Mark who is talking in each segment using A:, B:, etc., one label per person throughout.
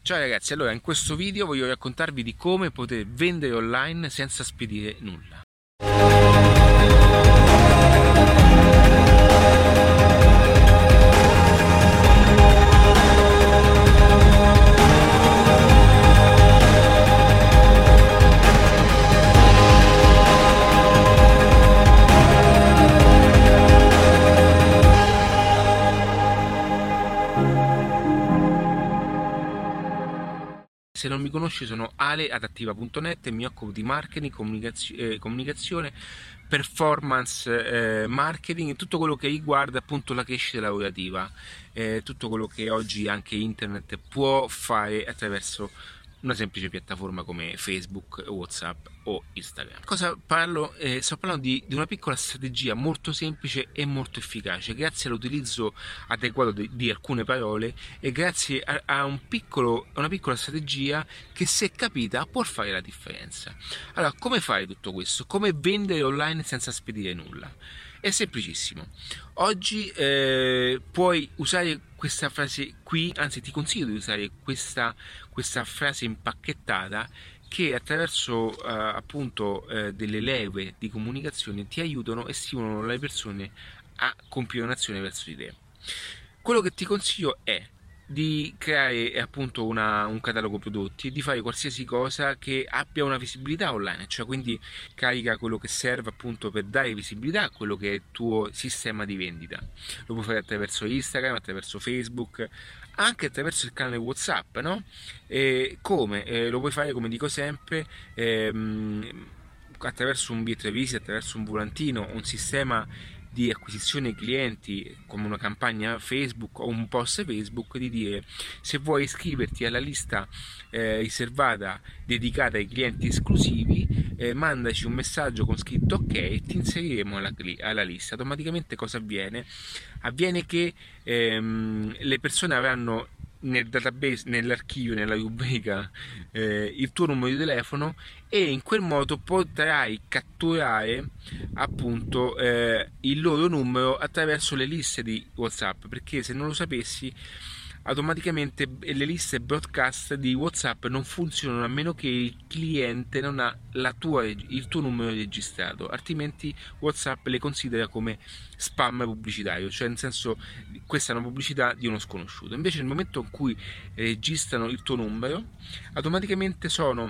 A: Ciao ragazzi, allora in questo video voglio raccontarvi di come poter vendere online senza spedire nulla. Se non mi conosci, sono ale@attiva.net e mi occupo di marketing, comunicazione, performance, marketing e tutto quello che riguarda appunto la crescita lavorativa, tutto quello che oggi anche internet può fare attraverso una semplice piattaforma come Facebook, WhatsApp o Instagram. Cosa parlo? Sto parlando di una piccola strategia molto semplice e molto efficace, grazie all'utilizzo adeguato di alcune parole e grazie a una piccola strategia che, se capita, può fare la differenza. Allora, come fare tutto questo? Come vendere online senza spedire nulla? È semplicissimo. Oggi puoi usare questa frase qui, anzi ti consiglio di usare questa frase impacchettata che attraverso appunto delle leve di comunicazione ti aiutano e stimolano le persone a compiere un'azione verso di te. Quello che ti consiglio è di creare appunto un catalogo prodotti, di fare qualsiasi cosa che abbia una visibilità online, cioè quindi carica quello che serve appunto per dare visibilità a quello che è il tuo sistema di vendita. Lo puoi fare attraverso Instagram, attraverso Facebook, anche attraverso il canale WhatsApp, no? Come? Lo puoi fare, come dico sempre, attraverso un biglietto visita, attraverso un volantino, un sistema di acquisizione clienti come una campagna Facebook o un post Facebook, di dire: se vuoi iscriverti alla lista riservata dedicata ai clienti esclusivi, mandaci un messaggio con scritto ok e ti inseriremo alla lista. Automaticamente cosa avviene? Avviene che le persone avranno nel database, nell'archivio, nella rubrica il tuo numero di telefono, e in quel modo potrai catturare appunto il loro numero attraverso le liste di WhatsApp, perché se non lo sapessi, automaticamente le liste broadcast di WhatsApp non funzionano a meno che il cliente non ha il tuo numero registrato, altrimenti WhatsApp le considera come spam pubblicitario, cioè nel senso, questa è una pubblicità di uno sconosciuto. Invece nel momento in cui registrano il tuo numero, automaticamente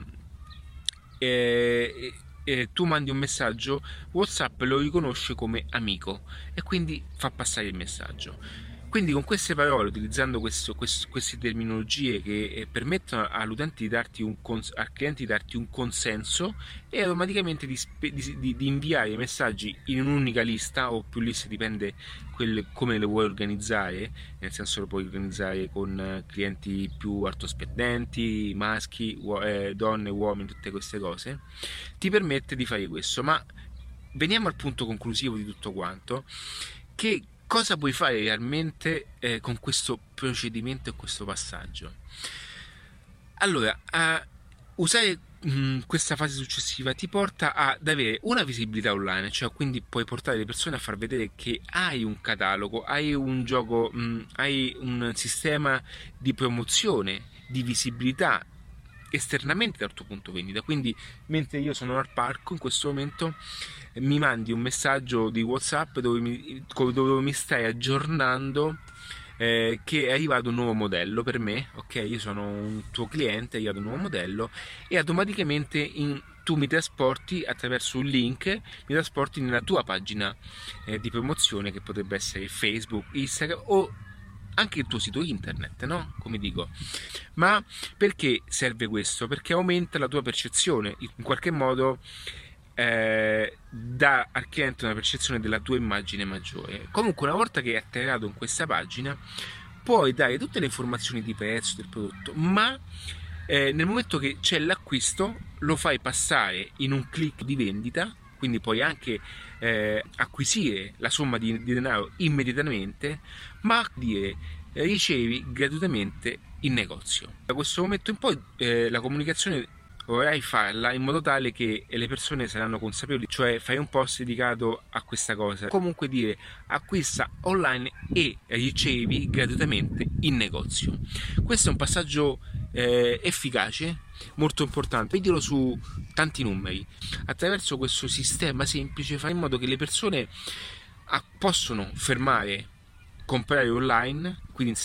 A: tu mandi un messaggio, WhatsApp lo riconosce come amico e quindi fa passare il messaggio. Quindi con queste parole, utilizzando queste terminologie che permettono all'utente di darti al cliente di darti un consenso, e automaticamente di inviare messaggi in un'unica lista o più liste, dipende come le vuoi organizzare, nel senso lo puoi organizzare con clienti più altospendenti, maschi, donne, uomini, tutte queste cose, ti permette di fare questo. Ma veniamo al punto conclusivo di tutto quanto, che cosa puoi fare realmente con questo procedimento e questo passaggio? Allora, usare questa fase successiva ti porta ad avere una visibilità online, cioè quindi puoi portare le persone a far vedere che hai un catalogo, hai un gioco, hai un sistema di promozione, di visibilità esternamente dal tuo punto vendita. Quindi mentre io sono al parco in questo momento, mi mandi un messaggio di WhatsApp dove mi stai aggiornando che è arrivato un nuovo modello per me, ok? Io sono un tuo cliente, è arrivato un nuovo modello, e automaticamente tu mi trasporti attraverso un link, mi trasporti nella tua pagina di promozione, che potrebbe essere Facebook, Instagram o anche il tuo sito internet, no? Come dico. Ma perché serve questo? Perché aumenta la tua percezione, in qualche modo dà al cliente una percezione della tua immagine maggiore. Comunque, una volta che è atterrato in questa pagina, puoi dare tutte le informazioni di prezzo del prodotto, ma nel momento che c'è l'acquisto lo fai passare in un click di vendita, quindi puoi anche acquisire la somma di denaro immediatamente, ma ricevi gratuitamente in negozio. Da questo momento in poi la comunicazione vorrai farla in modo tale che le persone saranno consapevoli, cioè fai un post dedicato a questa cosa, comunque dire acquista online e ricevi gratuitamente in negozio. Questo è un passaggio efficace, molto importante. Vedilo su tanti numeri. Attraverso questo sistema semplice fai in modo che le persone possono fermare, comprare online, quindi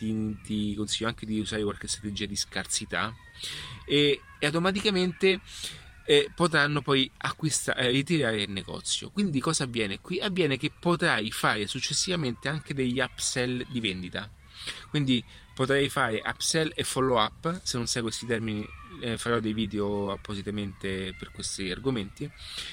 A: ti consiglio anche di usare qualche strategia di scarsità e automaticamente potranno poi ritirare il negozio. Quindi cosa avviene qui? Avviene che potrai fare successivamente anche degli upsell di vendita. Quindi potrai fare upsell e follow up. Se non sai questi termini, farò dei video appositamente per questi argomenti,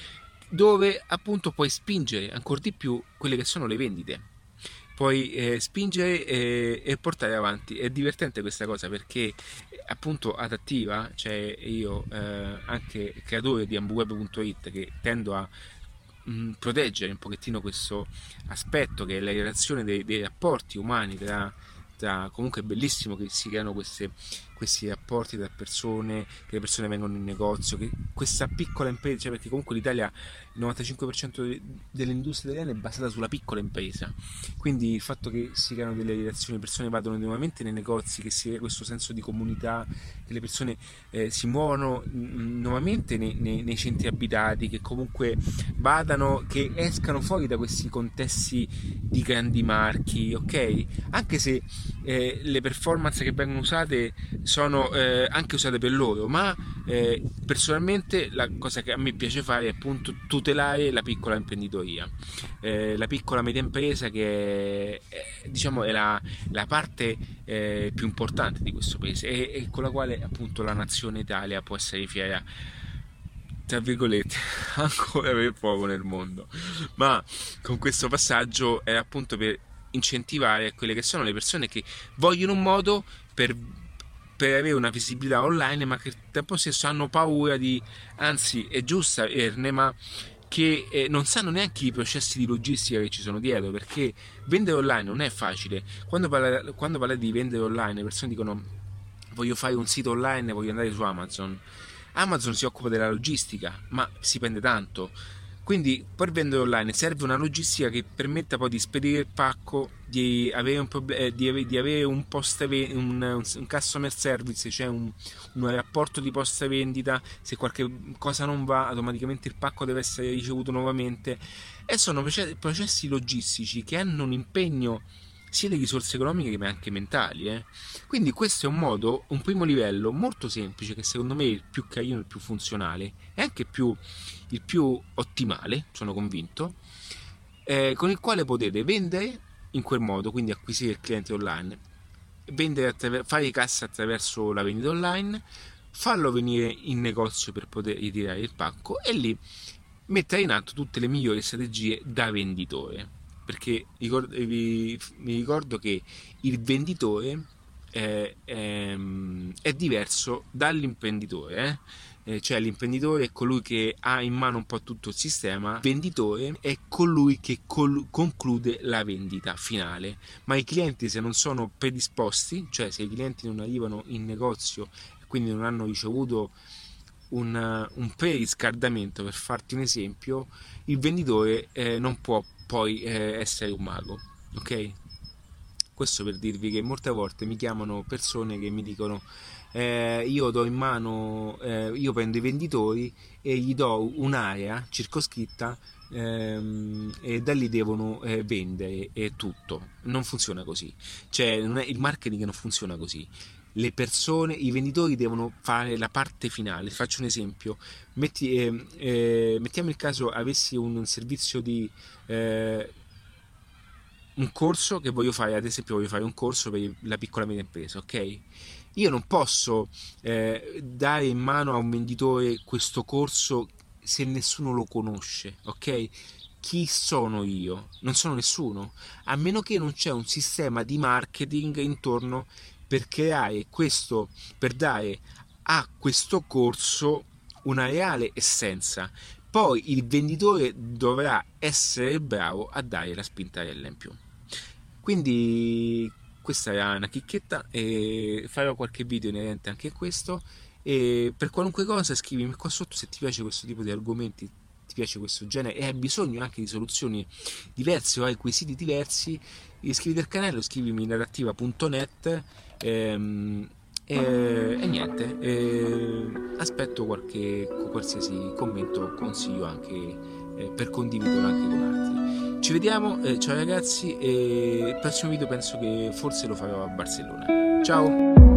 A: dove appunto puoi spingere ancora di più quelle che sono le vendite, puoi spingere e portare avanti. È divertente questa cosa perché appunto adattiva, cioè io anche creatore di ambweb.it, che tendo a proteggere un pochettino questo aspetto che è la relazione dei rapporti umani comunque è bellissimo che si creano questi rapporti tra persone, che le persone vengono in negozio, che questa piccola impresa, cioè perché comunque l'Italia, il 95% dell'industria italiana è basata sulla piccola impresa, quindi il fatto che si creano delle relazioni, le persone vadano nuovamente nei negozi, che si crea questo senso di comunità, che le persone si muovono nuovamente nei centri abitati, che comunque vadano, che escano fuori da questi contesti di grandi marchi, ok? Anche se le performance che vengono usate sono anche usate per loro, ma personalmente la cosa che a me piace fare è appunto tutelare la piccola imprenditoria, la piccola media impresa, che diciamo è la parte più importante di questo paese e con la quale appunto la nazione Italia può essere fiera, tra virgolette, ancora per poco nel mondo. Ma con questo passaggio è appunto per incentivare quelle che sono le persone che vogliono un modo per avere una visibilità online, ma che al tempo stesso hanno paura anzi è giusta averne, ma che non sanno neanche i processi di logistica che ci sono dietro, perché vendere online non è facile. Quando parla di vendere online, le persone dicono: voglio fare un sito online, voglio andare su Amazon si occupa della logistica, ma si prende tanto. Quindi per vendere online serve una logistica che permetta poi di spedire il pacco, di avere di avere un customer service, cioè un rapporto di posta vendita. Se qualche cosa non va, automaticamente il pacco deve essere ricevuto nuovamente, e sono processi logistici che hanno un impegno sia di risorse economiche ma anche mentali. Quindi questo è un primo livello molto semplice, che secondo me è il più carino, il più funzionale e anche il più ottimale, sono convinto, con il quale potete vendere in quel modo, quindi acquisire il cliente online, fare cassa attraverso la vendita online, farlo venire in negozio per poter ritirare il pacco e lì mettere in atto tutte le migliori strategie da venditore. Perché mi ricordo che il venditore è diverso dall'imprenditore. Cioè l'imprenditore è colui che ha in mano un po' tutto il sistema, il venditore è colui che conclude la vendita finale. Ma i clienti, se non sono predisposti, cioè se i clienti non arrivano in negozio e quindi non hanno ricevuto un pre-riscaldamento, per farti un esempio, il venditore non può poi essere un mago, ok? Questo per dirvi che molte volte mi chiamano persone che mi dicono: io do in mano, io prendo i venditori e gli do un'area circoscritta e da lì devono vendere e tutto. Non funziona così, cioè il marketing non funziona così. Le persone, i venditori devono fare la parte finale. Faccio un esempio: mettiamo il caso avessi un servizio di un corso che voglio fare, ad esempio voglio fare un corso per la piccola e media impresa, ok? Io non posso dare in mano a un venditore questo corso se nessuno lo conosce, ok? Chi sono io? Non sono nessuno, a meno che non c'è un sistema di marketing intorno per creare questo, per dare a questo corso una reale essenza. Poi il venditore dovrà essere bravo a dare la spintarella in più. Quindi questa era una chicchetta e farò qualche video inerente anche a questo. E per qualunque cosa scrivimi qua sotto se ti piace questo tipo di argomenti, ti piace questo genere e hai bisogno anche di soluzioni diverse o hai quesiti diversi, iscriviti al canale o scrivimi narrativa.net E niente, aspetto qualsiasi commento o consiglio anche per condividerlo anche con altri. Ci vediamo, ciao ragazzi, e il prossimo video penso che forse lo farò a Barcellona. Ciao!